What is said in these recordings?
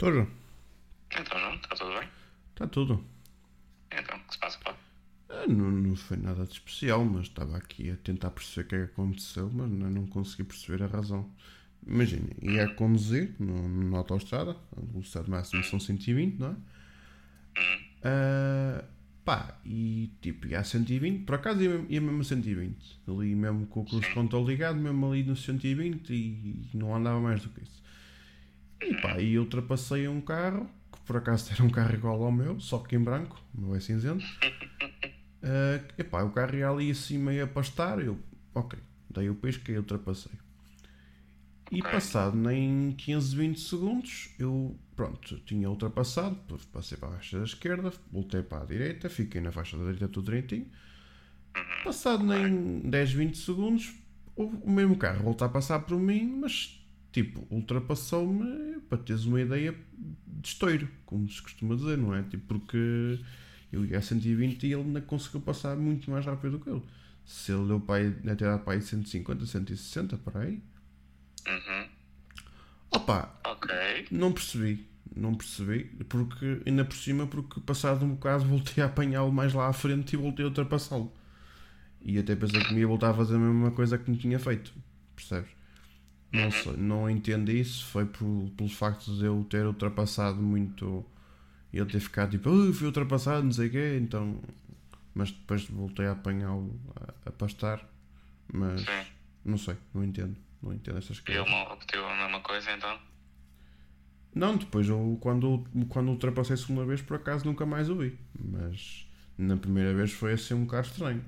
Tojo, Então, João, está tudo bem? está tudo. Então, o que se passa, pá? Não foi nada de especial, mas estava aqui a tentar perceber o que é que aconteceu, mas não consegui perceber a razão. Imagina, ia a conduzir na autoestrada, a velocidade máxima são 120, não é? Hum, Pá, e tipo, ia a 120, por acaso ia mesmo a 120, ali mesmo com o cruise sim. control ligado, mesmo ali no 120 e não andava mais do que isso. E pá, e ultrapassei um carro, que por acaso era um carro igual ao meu, só que em branco, o meu é cinzento. Epá, o carro ia ali assim meio a pastar, eu, ok, dei o pisco e ultrapassei. E Ok. passado nem 15, 20 segundos, eu, pronto, tinha ultrapassado, passei para a faixa da esquerda, voltei para a direita, fiquei na faixa da direita tudo direitinho. Passado Ok. nem 10, 20 segundos, o mesmo carro volta a passar por mim, mas tipo, ultrapassou-me, para teres uma ideia, de estouro, como se costuma dizer, não é? Tipo, porque eu ia a 120 e ele ainda conseguiu passar muito mais rápido do que eu. Se ele deu para aí, deve ter dado para aí 150, 160, para aí. Uhum. Opa, Ok. não percebi. Não percebi, porque ainda por cima, porque passado um bocado voltei a apanhá-lo mais lá à frente e voltei a ultrapassá-lo. E até pensei que me ia voltar a fazer a mesma coisa que me tinha feito. Percebes? Não Uhum. sei, não entendo isso. Foi pelo facto de eu ter ultrapassado muito. E ele ter ficado tipo, fui ultrapassado, não sei o quê. Então. Mas depois voltei a apanhá-lo a pastar. Mas. Sim. Não sei, não entendo. Não entendo estas E ele coisas. não repetiu a mesma coisa, então? Não, depois eu, quando ultrapassei a segunda vez, por acaso nunca mais o vi. Mas na primeira vez foi assim um bocado estranho.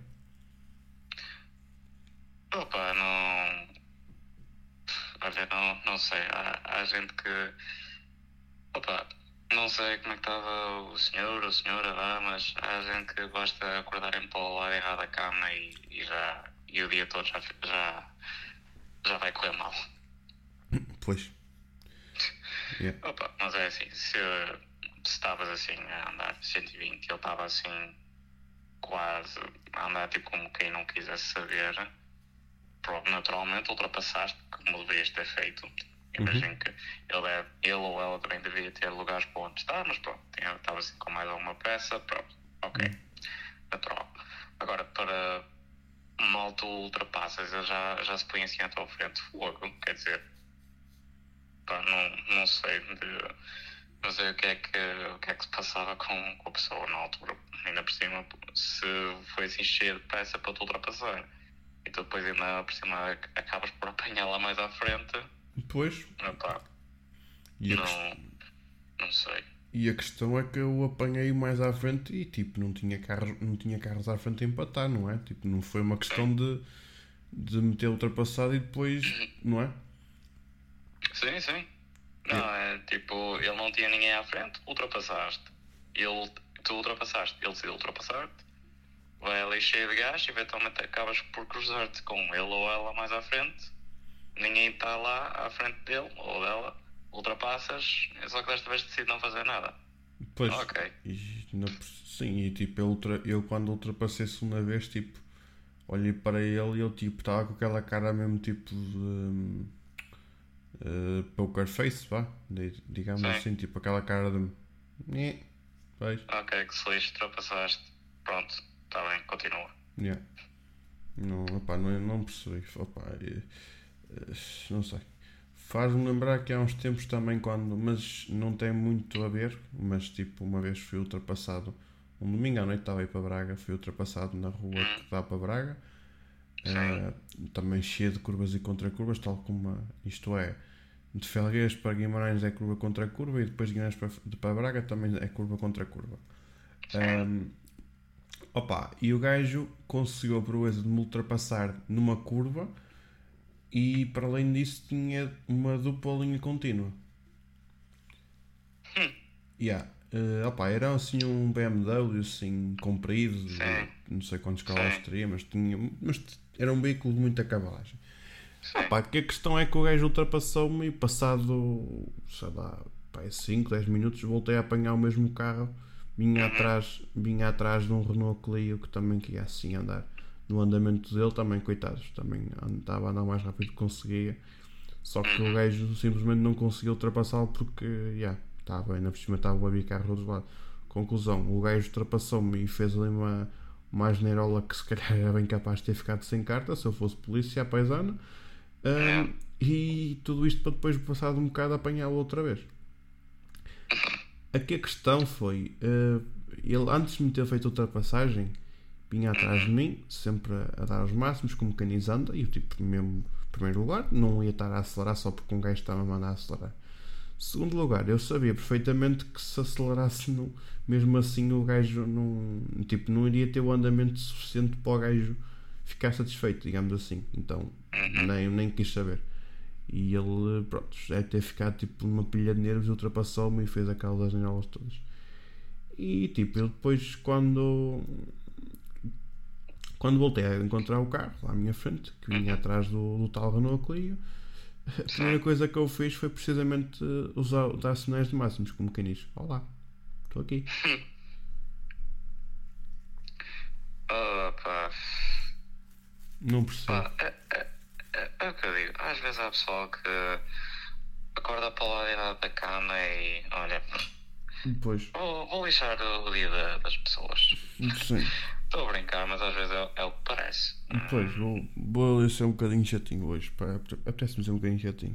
Opa, não. Olha, não sei. Há gente que. Opa, não sei como é que estava o senhor, a senhora lá, mas há gente que basta acordarem para o lado errado da cama e já. E o dia todo já vai correr mal. Pois. Yeah. Opa, mas é assim, se estavas assim a andar 120 e ele estava assim quase a andar tipo como quem não quisesse saber, pronto, naturalmente ultrapassaste como deverias ter feito. Uhum. Imagino que ele ou ela também deveria ter lugares para onde está, mas pronto, estava assim com mais alguma pressa, pronto, ok, natural. Agora, para mal tu ultrapassas, ele já se põe assim à tua frente, fogo, quer dizer, pá, não sei não sei o que é que se passava com a pessoa na altura. Ainda por cima, se foi assim cheio de pressa para te ultrapassar e tu depois ainda por cima acabas por apanhá-la mais à frente, Pois. epá, E a, não, não sei. e a questão é que eu apanhei mais à frente e tipo, não tinha carros à frente a empatar, não é? Tipo, não foi uma Sim, questão de me ter ultrapassado e depois, não é? sim, sim. É. Não, é tipo, ele não tinha ninguém à frente, ultrapassaste. Ele, tu ultrapassaste, ele decidiu ultrapassar-te, vai ali cheio de gás e eventualmente acabas por cruzar-te com ele ou ela mais à frente. Ninguém está lá à frente dele ou dela, ultrapassas, só que desta vez decide não fazer nada. Pois, Ok, sim, e tipo, eu quando ultrapassei a segunda vez, tipo, olhei para ele e ele tipo, estava com aquela cara mesmo tipo de poker face, vá, digamos sim, assim, tipo aquela cara de. "Nhé", Pois, ok, que se lixe, ultrapassaste. Pronto, está bem, continua. yeah. Não, opá, não percebi, opá, não sei. Faz-me lembrar que há uns tempos também quando, mas não tem muito a ver, mas tipo, uma vez fui ultrapassado, um domingo à noite estava a ir para Braga, fui ultrapassado na rua que Hum, dá para Braga, sim, eh, também cheia de curvas e contracurvas, tal como, isto é, de Felgueiras para Guimarães é curva contra curva e depois de Guimarães para Braga também é curva contra curva. sim. Opa, e o gajo conseguiu a proeza de me ultrapassar numa curva e para além disso tinha uma dupla linha contínua. Hum, Yeah. Opa, era assim um BMW assim comprido, sim, não sei quantos cavalos sim, teria, mas era um veículo de muita cavalagem. sim. Pá, que a questão é que o gajo ultrapassou-me e passado, sei lá, pá, 5, 10 minutos voltei a apanhar o mesmo carro. Uhum, Vinha atrás de um Renault Clio que também queria assim andar. No andamento dele também, coitados, também estava a andar o mais rápido que conseguia. Só que o uhum. gajo simplesmente não conseguiu ultrapassá-lo porque, yeah, Estava, ainda por cima estava a bicar do outro lado. Conclusão, o gajo ultrapassou-me e fez ali uma asneirola que se calhar era bem capaz de ter ficado sem carta se eu fosse polícia à paisana. E tudo isto para depois, passado um bocado, apanhá-lo outra vez. Aqui a questão foi, ele antes de me ter feito a ultrapassagem vinha atrás de mim, sempre a dar os máximos, como quem diz anda, e eu tipo, mesmo em primeiro lugar, não ia estar a acelerar só porque um gajo estava a mandar acelerar. Segundo lugar, eu sabia perfeitamente que se acelerasse mesmo assim o gajo não iria ter o andamento suficiente para o gajo ficar satisfeito, digamos assim. Então nem quis saber. E ele, pronto, deve ter ficado tipo numa pilha de nervos, ultrapassou-me e fez aquelas janelas todas. E tipo, eu depois quando voltei a encontrar o carro lá à minha frente, que vinha atrás do tal Renault Clio, a primeira coisa que eu fiz foi precisamente dar sinais de máximos, como quem diz: olá, estou aqui. Pá. Não percebo. Pá, é o que eu digo. Às vezes há pessoal que acorda para lá idade da cama e olha, Pois. vou lixar o dia das pessoas. Sim. Estou a brincar, mas às vezes é o que parece. Pois, vou ser um bocadinho chatinho hoje. Apetece-me ser um bocadinho chatinho.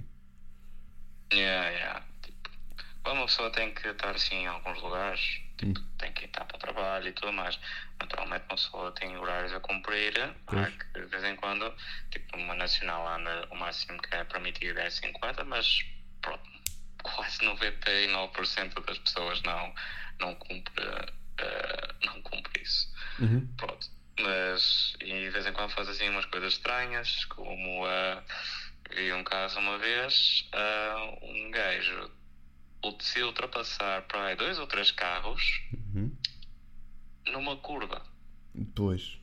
Tipo, uma pessoa tem que estar assim em alguns lugares, tipo, tem que estar para o trabalho e tudo mais. Naturalmente uma pessoa tem horários a cumprir, que de vez em quando, tipo, uma nacional anda, o máximo que é permitido é 50, mas pronto, quase 99% das pessoas não cumpre isso. Pronto. Mas e de vez em quando faz assim umas coisas estranhas, como vi um caso uma vez, um gajo decidiu ultrapassar para aí 2 ou 3 carros numa curva. Pois.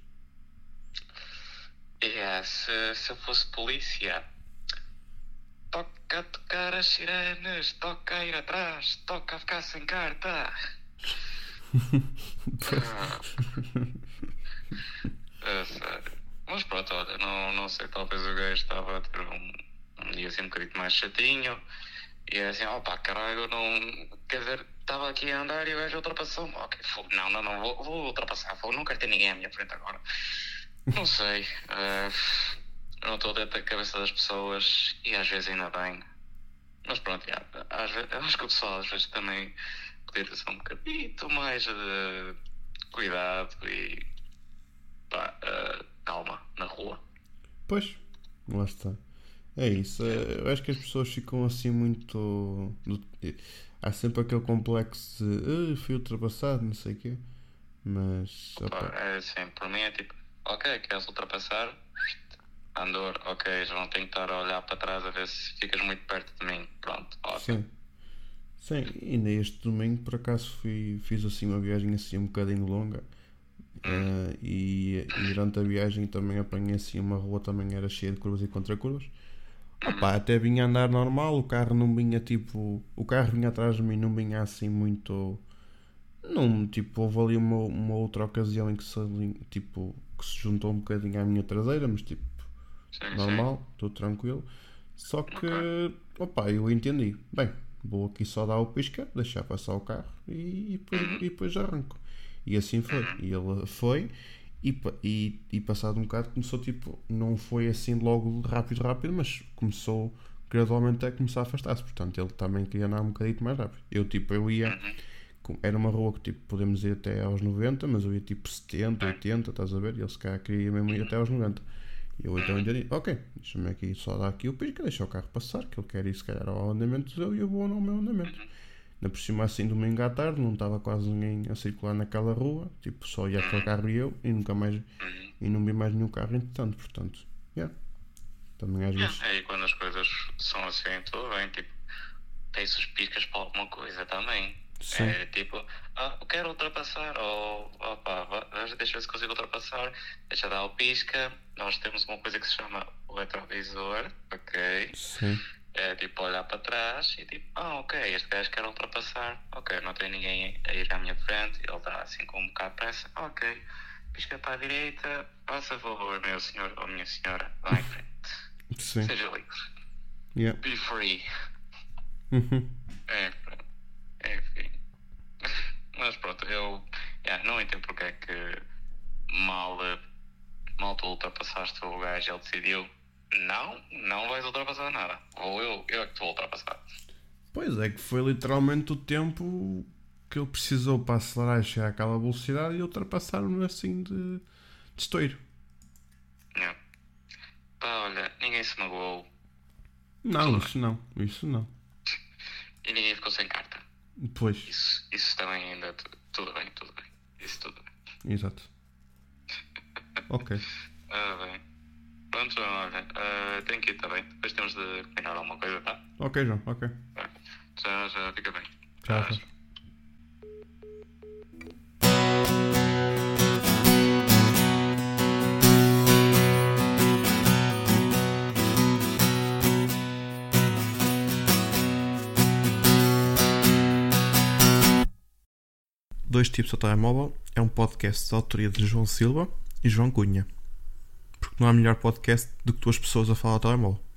Se eu fosse polícia, toca a tocar as sirenes, toca a ir atrás, toca a ficar sem carta. Sério. Mas pronto, olha, não sei, talvez o gajo estava a ter um dia assim um bocadinho mais chatinho. E é assim, opa, caralho, não. Quer dizer, estava aqui a andar e o gajo ultrapassou-me. Ok, vou ultrapassar, não quero ter ninguém à minha frente agora. Não sei. Eu não estou dentro da cabeça das pessoas e às vezes ainda bem. Mas pronto, às vezes, eu acho que o pessoal às vezes também podia ter só um bocadinho mais de cuidado e calma na rua. Pois, lá está. É isso. Eu acho que as pessoas ficam assim muito. Há sempre aquele complexo de fui ultrapassado, não sei o quê. Mas. É assim, por mim é tipo, ok, queres ultrapassar? Andor, ok, já não tenho que estar a olhar para trás a ver se ficas muito perto de mim. Pronto, ótimo. Sim, ainda este domingo por acaso fiz assim uma viagem assim um bocadinho longa. E durante a viagem também apanhei assim uma rua, também era cheia de curvas e contracurvas. Até vinha a andar normal, o carro não vinha tipo. O carro vinha atrás de mim, não vinha assim muito. Não, tipo, houve ali uma outra ocasião em que que se juntou um bocadinho à minha traseira, mas tipo, normal, tudo tranquilo. Só que, eu entendi. Bem, vou aqui só dar o pisca, deixar passar o carro e depois arranco. E assim foi. E ele foi e passado um bocado começou tipo, não foi assim logo rápido, mas começou gradualmente a começar a afastar-se. Portanto, ele também queria andar um bocadinho mais rápido. Eu ia, era uma rua que tipo, podemos ir até aos 90, mas eu ia tipo 70, 80, estás a ver? E ele se calhar queria mesmo ir até aos 90. E eu então entendi, ok, deixa-me aqui só dar aqui o pisca, deixa o carro passar, que ele quer ir se calhar ao andamento dele e eu vou ao meu andamento. Na por cima assim domingo à tarde, não estava quase ninguém a circular naquela rua, tipo só ia aquele carro e eu, e nunca mais, e não vi mais nenhum carro entretanto, portanto, também às vezes. E quando as coisas são assim, tudo bem, tipo, tens os piscas para alguma coisa também. Sim. É tipo, eu quero ultrapassar, ou deixa eu ver se consigo ultrapassar, deixa dar o pisca. Nós temos uma coisa que se chama o retrovisor, ok? Sim. É tipo olhar para trás e tipo, ok, este gajo quer ultrapassar, ok, não tem ninguém a ir à minha frente, ele está assim com um bocado de pressa, ok, pisca para a direita, faça favor, meu senhor ou minha senhora, vá em frente. Sim. Seja livre. Be free. Mas pronto, eu não entendo porque é que mal tu ultrapassaste o gajo, ele decidiu não vais ultrapassar nada. Ou eu é que te vou ultrapassar. Pois é, que foi literalmente o tempo que ele precisou para acelerar e chegar àquela velocidade e ultrapassaram-no assim de estouro. Pá, olha, ninguém se magoou. Não, isso não. E ninguém ficou sem carta. Pois. Isso também ainda, tudo bem. Isso tudo bem. Exato. Ok. Bem. Pronto, João, olha, tenho que ir também. Depois temos de combinar alguma coisa, tá? Ok, João, ok. Já fica bem. Tchau. Dois Tipos ao Telemóvel é um podcast de autoria de João Silva e João Cunha. Porque não há melhor podcast do que duas pessoas a falar ao telemóvel.